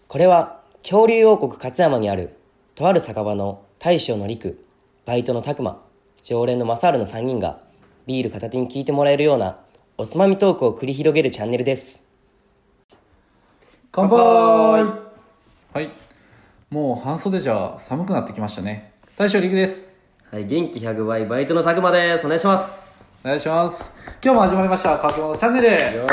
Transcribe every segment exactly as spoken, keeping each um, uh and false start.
これは恐竜王国勝山にあるとある酒場の大将の陸、バイトの拓磨、常連のマサールのさんにんがビール片手に聞いてもらえるようなおつまみトークを繰り広げるチャンネルです。 乾杯。はい、もう半袖じゃ寒くなってきましたね。大将陸です。 はい、元気ひゃくばいバイトの拓磨です。お願いします。 お願いします。今日も始まりましたかけものチャンネル。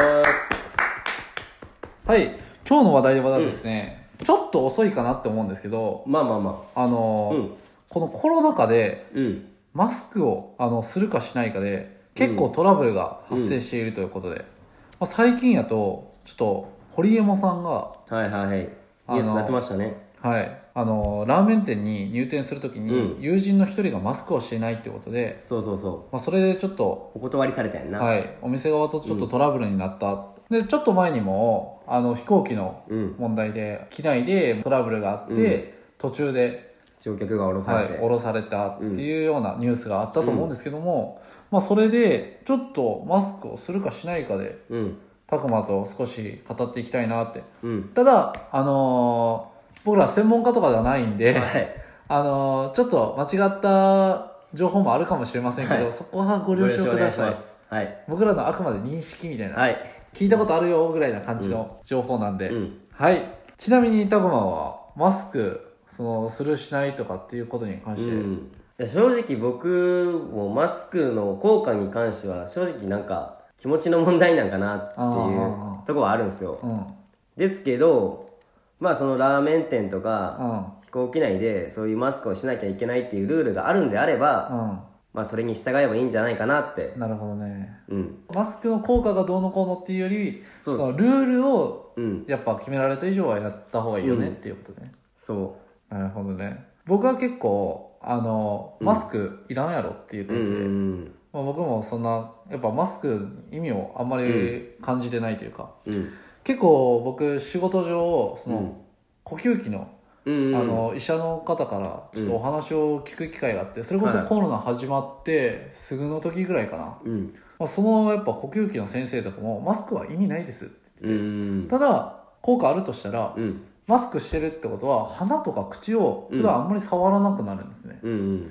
はい、今日の話題はですね、うん、ちょっと遅いかなって思うんですけど、 まあまあまああのーうん、このコロナ禍で、うん、マスクをあのするかしないかで結構トラブルが発生しているということで、うんまあ、最近やとちょっと堀エモさんがはいはいはいニュースになってましたね。 はいあのラーメン店に入店するときに、うん、友人の一人がマスクをしていないっていうことで、 そうそうそう、 まあ、それでちょっとお断りされたやんな。 はい、お店側とちょっとトラブルになった、うん、でちょっと前にもあの飛行機の問題で、うん、機内でトラブルがあって、うん、途中で乗客が降ろされて、 はい、降ろされたっていうようなニュースがあったと思うんですけども、うん、まあそれでちょっとマスクをするかしないかで、うん、拓磨と少し語っていきたいなって、うん、ただあのー僕ら専門家とかではないんで、はい、あのー、ちょっと間違った情報もあるかもしれませんけど、はい、そこはご了承ください。はい、僕らのあくまで認識みたいな、はい、聞いたことあるよぐらいな感じの情報なんで、うん、はい。ちなみに拓磨はマスクそのするしないとかっていうことに関して、うん、 いや正直僕もマスクの効果に関しては正直なんか気持ちの問題なんかなっていうところはあるんですよ、うん、ですけどまあそのラーメン店とか、うん、飛行機内でそういうマスクをしなきゃいけないっていうルールがあるんであれば、うん、まあそれに従えばいいんじゃないかなって。 なるほどね、うん、マスクの効果がどうのこうのっていうよりそのルールをやっぱ決められた以上はやった方がいいよね、うん、っていうことね。 そうなるほどね。僕は結構あのマスクいらんやろっていうタイプで、うんうんまあ、僕もそんなやっぱマスク意味をあんまり感じてないというか、うん結構僕仕事上その呼吸器の、うん、あの医者の方からちょっとお話を聞く機会があって、それこそコロナ始まってすぐの時ぐらいかな、うんまあ、そのやっぱ呼吸器の先生とかもマスクは意味ないですって言ってて、うん、ただ効果あるとしたら、うん、マスクしてるってことは鼻とか口を普段あんまり触らなくなるんですね、うん、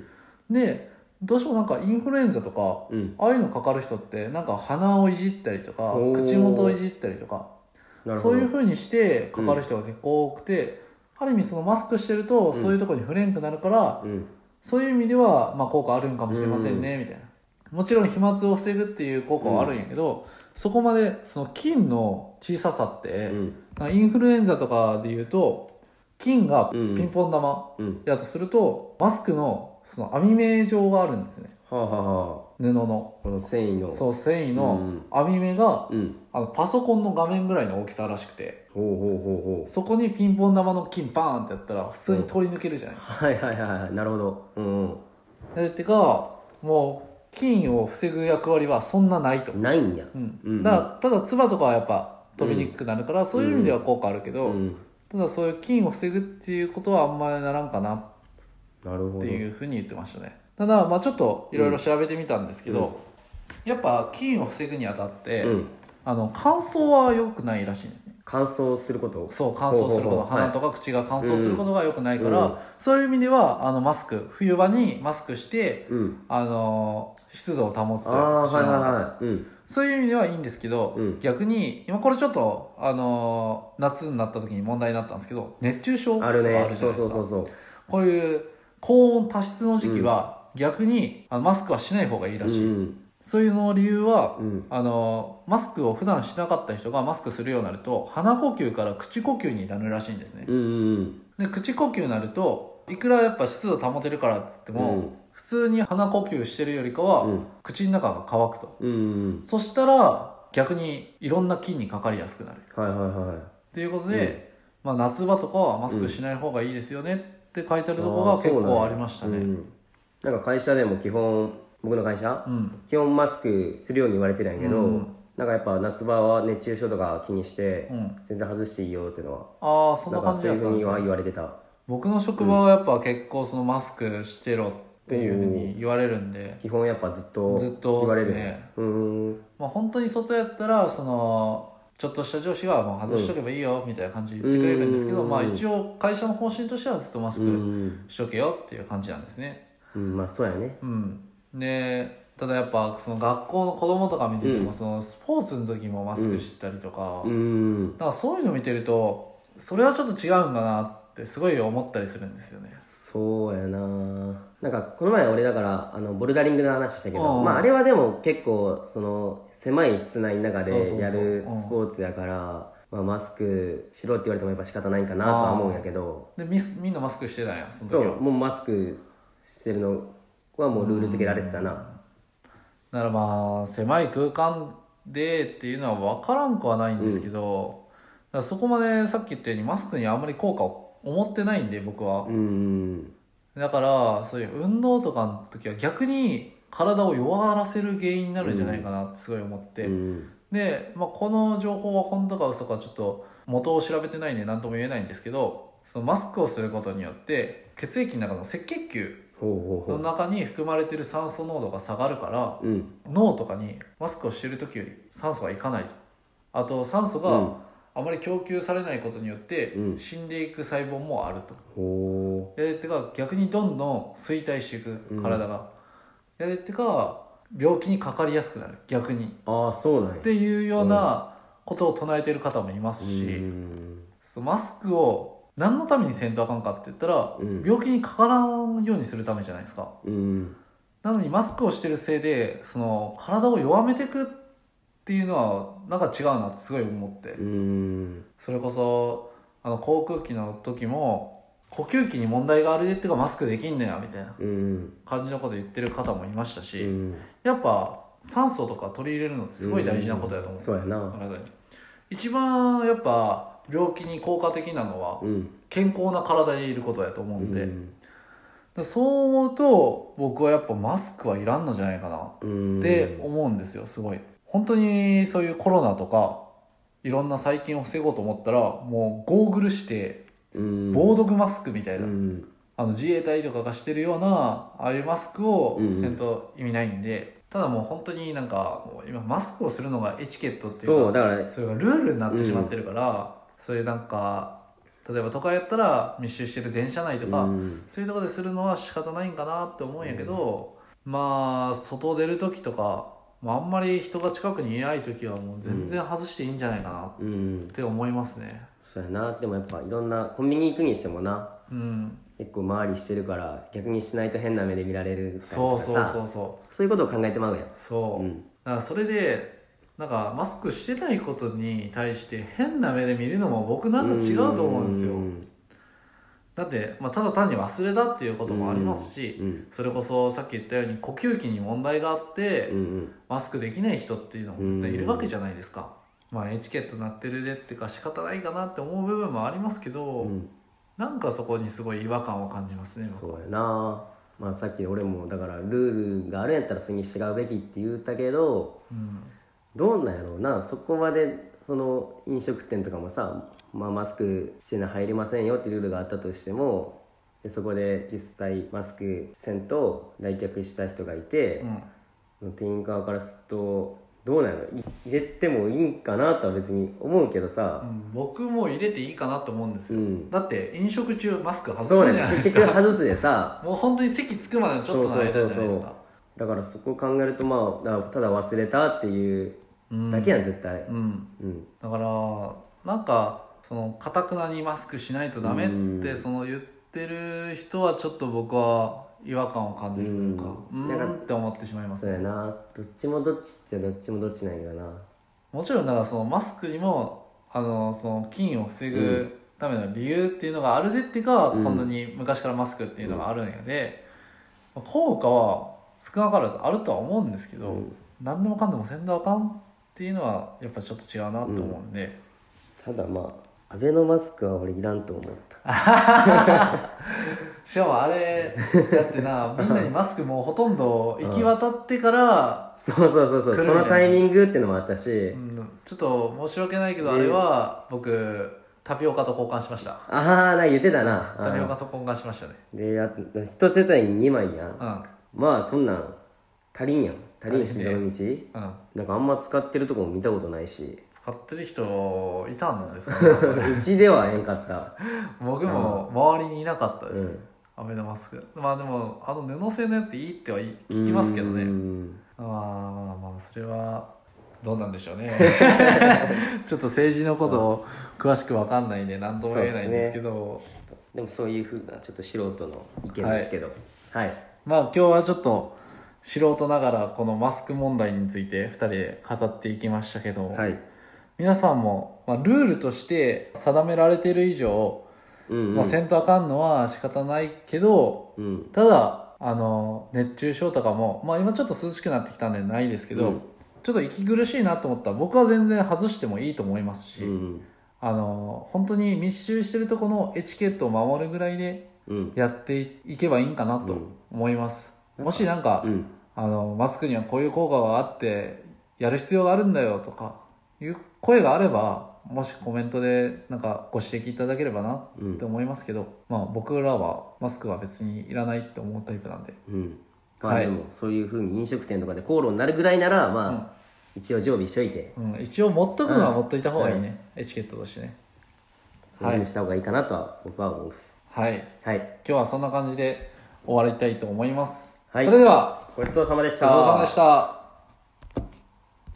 でどうしてもなんかインフルエンザとか、うん、ああいうのかかる人ってなんか鼻をいじったりとか口元をいじったりとかそういう風にしてかかる人が結構多くて、うん、ある意味そのマスクしてるとそういうところに触れんくなるから、うん、そういう意味ではまあ効果あるんかもしれませんね、うん、みたいな。もちろん飛沫を防ぐっていう効果はあるんやけど、うん、そこまでその菌の小ささって、うん、インフルエンザとかでいうと菌がピンポン玉やとすると、マスクのその網目状があるんですね、はあはあ、布のこの繊維のそう繊維の網目が、うん、あのパソコンの画面ぐらいの大きさらしくて、ほうほうほうほうそこにピンポン玉の金パーンってやったら普通に通り抜けるじゃないですか、 うん、はいはいはいなるほど、うんうんでてかもう菌を防ぐ役割はそんなないとないんや、 うんうんうん、だただ唾とかはやっぱ飛びにくくなるから、うん、そういう意味では効果あるけど、うん、ただそういう菌を防ぐっていうことはあんまりならんかなっていうふうに言ってましたね。ただまあちょっといろいろ調べてみたんですけど、うん、やっぱ菌を防ぐにあたって、うん、あの乾燥は良くないらしいんですね。 乾燥することそう乾燥すること、ほうほうほう鼻とか口が乾燥することが良くないから、はいうん、そういう意味ではあのマスク冬場にマスクして、うん、あの湿度を保つというあ、はいはいはいうん、 そういう意味ではいいんですけど、うん、逆に今これちょっとあの夏になった時に問題になったんですけど熱中症とかあるじゃないですか。そうそうそうそうこういう高温多湿の時期は、うん、逆にあのマスクはしない方がいいらしい、うん、そういうの理由は、うん、あのマスクを普段しなかった人がマスクするようになると鼻呼吸から口呼吸になるらしいんですね、うんうん、で口呼吸になるといくらやっぱ湿度保てるからって言っても、うん、普通に鼻呼吸してるよりかは、うん、口の中が乾くと、うんうんうん、そしたら逆にいろんな菌にかかりやすくなる、はいはいはい、っていうことで、うんまあ、夏場とかはマスクしない方がいいですよねって書いてあるところが結構ありましたね。 うん、なんか会社でも基本僕の会社、うん、基本マスクするように言われてるんやけど、うん、なんかやっぱ夏場は熱中症とか気にして、うん、全然外していいよっていうのはああそんな感じだったんですね。 そういうふうには言われてた。 僕の職場はやっぱ結構そのマスクしてろっていうふうに言われるんで、 基本やっぱずっとずっと言われるね。うん、まあ、本当に外やったらそのちょっとした上司がもう外しとけばいいよみたいな感じで言ってくれるんですけど、まあ一応会社の方針としてはずっとマスクしとけよっていう感じなんですね。 うん、まあそうやね。 うん。で、ただやっぱその学校の子供とか見てても、そのスポーツの時もマスクしてたりとか、うん、だからそういうの見てると、それはちょっと違うんだなってすごい思ったりするんですよね。 そうやな。なんかこの前俺だからあのボルダリングの話したけど、まああれはでも結構その狭い室内の中でやるスポーツやから、まあ、マスクしろって言われてもやっぱ仕方ないんかなとは思うんやけど。 でみみんなマスクしてたんやその時は。 そう、もうマスクしてるのはもうルール付けられてたな。だからまあ狭い空間でっていうのは分からんくはないんですけど、うん、だからそこまでさっき言ったようにマスクにあんまり効果を思ってないんで僕は、うん、だからそういう運動とかの時は逆に体を弱らせる原因になるんじゃないかなってすごい思って、うん、で、まあ、この情報は本当か嘘かちょっと元を調べてないんで何とも言えないんですけど、そのマスクをすることによって血液の中の赤血球の中に含まれている酸素濃度が下がるから、うん、脳とかにマスクをしてる時より酸素がいかないと。あと酸素があまり供給されないことによって死んでいく細胞もあると、うん、でてか逆にどんどん衰退していく体が、うん、でてか病気にかかりやすくなる逆に。 ああそうなんやっていうようなことを唱えている方もいますし、うん、マスクを何のためにせんとあかんかって言ったら、うん、病気にかからんようにするためじゃないですか、うん、なのにマスクをしてるせいでその体を弱めていくっていうのはなんか違うなってすごい思って、うん、それこそあの航空機の時も呼吸器に問題があるでってかマスクできんねやみたいな感じのこと言ってる方もいましたし、うん、やっぱ酸素とか取り入れるのってすごい大事なことやと思う、うん、 そうやな。 一番やっぱ病気に効果的なのは健康な体でいることやと思うんで、うん、そう思うと僕はやっぱマスクはいらんのじゃないかなって思うんですよ。すごい本当にそういうコロナとかいろんな細菌を防ごうと思ったらもうゴーグルして防毒マスクみたいな、うん、あの自衛隊とかがしてるようなああいうマスクをせんと意味ないんで、ただもう本当になんかもう今マスクをするのがエチケットっていうか、そうだからそれがルールになってしまってるから、うん、そういうなんか例えば都会やったら密集してる電車内とか、うん、そういうところでするのは仕方ないんかなって思うんやけど、うん、まあ外出る時とか、まあ、あんまり人が近くにいない時はもう全然外していいんじゃないかなって思いますね、 うんうん、そうやな。でもやっぱいろんなコンビニ行くにしてもな、うん、結構回りしてるから逆にしないと変な目で見られるとかさ、そうそうそうそうそういうことを考えてまうやん。 そう、うん、だからそれでなんかマスクしてないことに対して変な目で見るのも僕なんか違うと思うんですよ。だって、まあ、ただ単に忘れたっていうこともありますし、うんうん、それこそさっき言ったように呼吸器に問題があって、うんうん、マスクできない人っていうのも絶対いるわけじゃないですか、うんうん、まあエチケットなってるでっていうか仕方ないかなって思う部分もありますけど、うん、なんかそこにすごい違和感を感じますね。 そうやな。まあさっき俺もだからルールがあるんやったらそれに従うべきって言ったけど、うん、どうなんやろうな。そこまでその飲食店とかもさ、まあ、マスクしてな入りませんよっていうルールがあったとしても、でそこで実際マスクせんと来客した人がいて、うん、店員側からするとどうなの、入れてもいいんかなとは別に思うけどさ、 うん、僕も入れていいかなと思うんですよ、うん、だって飲食中マスク外すじゃないですか。 結局外すでさもう本当に席つくまでのちょっとの間じゃないですか。そうそうそうそう。 だからそこを考えるとまあただ忘れたっていうだけやん絶対、うん、 うん、だからなんかその堅くなにマスクしないとダメってその言ってる人はちょっと僕は違和感を感じるというか、うん、うんって思ってしまいます、 ね、そうやな。どっちもどっちっちゃどっちもどっちなんやな。 もちろんだからそのマスクにもあのその菌を防ぐための理由っていうのがあるでっていうか、うん、こんなに昔からマスクっていうのがあるんやで、うん、効果は少なからずあるとは思うんですけど、うん、何でもかんでもせんとあかんっていうのはやっぱちょっと違うなと思うんで、 うん、ただまあアベノマスクは俺いらんと思った。 しかもあれだってなみんなにマスクもうほとんど行き渡ってから、 うん、そうそうそうそうこのタイミングっていうのもあったし、うん、ちょっと申し訳ないけどあれは僕タピオカと交換しました。 ああな言ってたな。 タピオカと交換しましたね。 でや一世帯ににまいやん、うん、まあそんなん足りんやん。足りんし土日、うん、なんかあんま使ってるとこも見たことないし。 使ってる人いたんですかねうちではえんかった僕も周りにいなかったです、うん、アベノマスク。まあでもあの布製のやついいっては聞きますけどね。まあまあまあそれはどうなんでしょうねちょっと政治のことを詳しく分かんないんで何とも言えないんですけど、 でもそういうふうなちょっと素人の意見ですけど、はい、はい、 まあ今日はちょっと素人ながらこのマスク問題についてふたりで語っていきましたけど、はい、皆さんも、まあ、ルールとして定められている以上、うんうん、まあ、せんとあかんのは仕方ないけど、うん、ただあの熱中症とかも、まあ、今ちょっと涼しくなってきたんでないですけど、うん、ちょっと息苦しいなと思ったら僕は全然外してもいいと思いますし、うん、あの本当に密集してるとこのエチケットを守るぐらいでやっていけばいいんかなと思います、うん、もしなんか、うん、あのマスクにはこういう効果があってやる必要があるんだよとかいう声があれば、もしコメントでなんかご指摘いただければなって思いますけど、うん、まあ僕らはマスクは別にいらないって思うタイプなんで、うん、 まあでもそういう風に飲食店とかで口論になるぐらいならまあ、うん、一応常備しといて、 うん、一応持っとくのは持っといた方がいいね、うん、エチケットとしてね。 そういう風にした方がいいかなとは僕は思うです。 はい、はい、今日はそんな感じで終わりたいと思います。 はい、 それではごちそうさまでした。 ごちそうさまでした。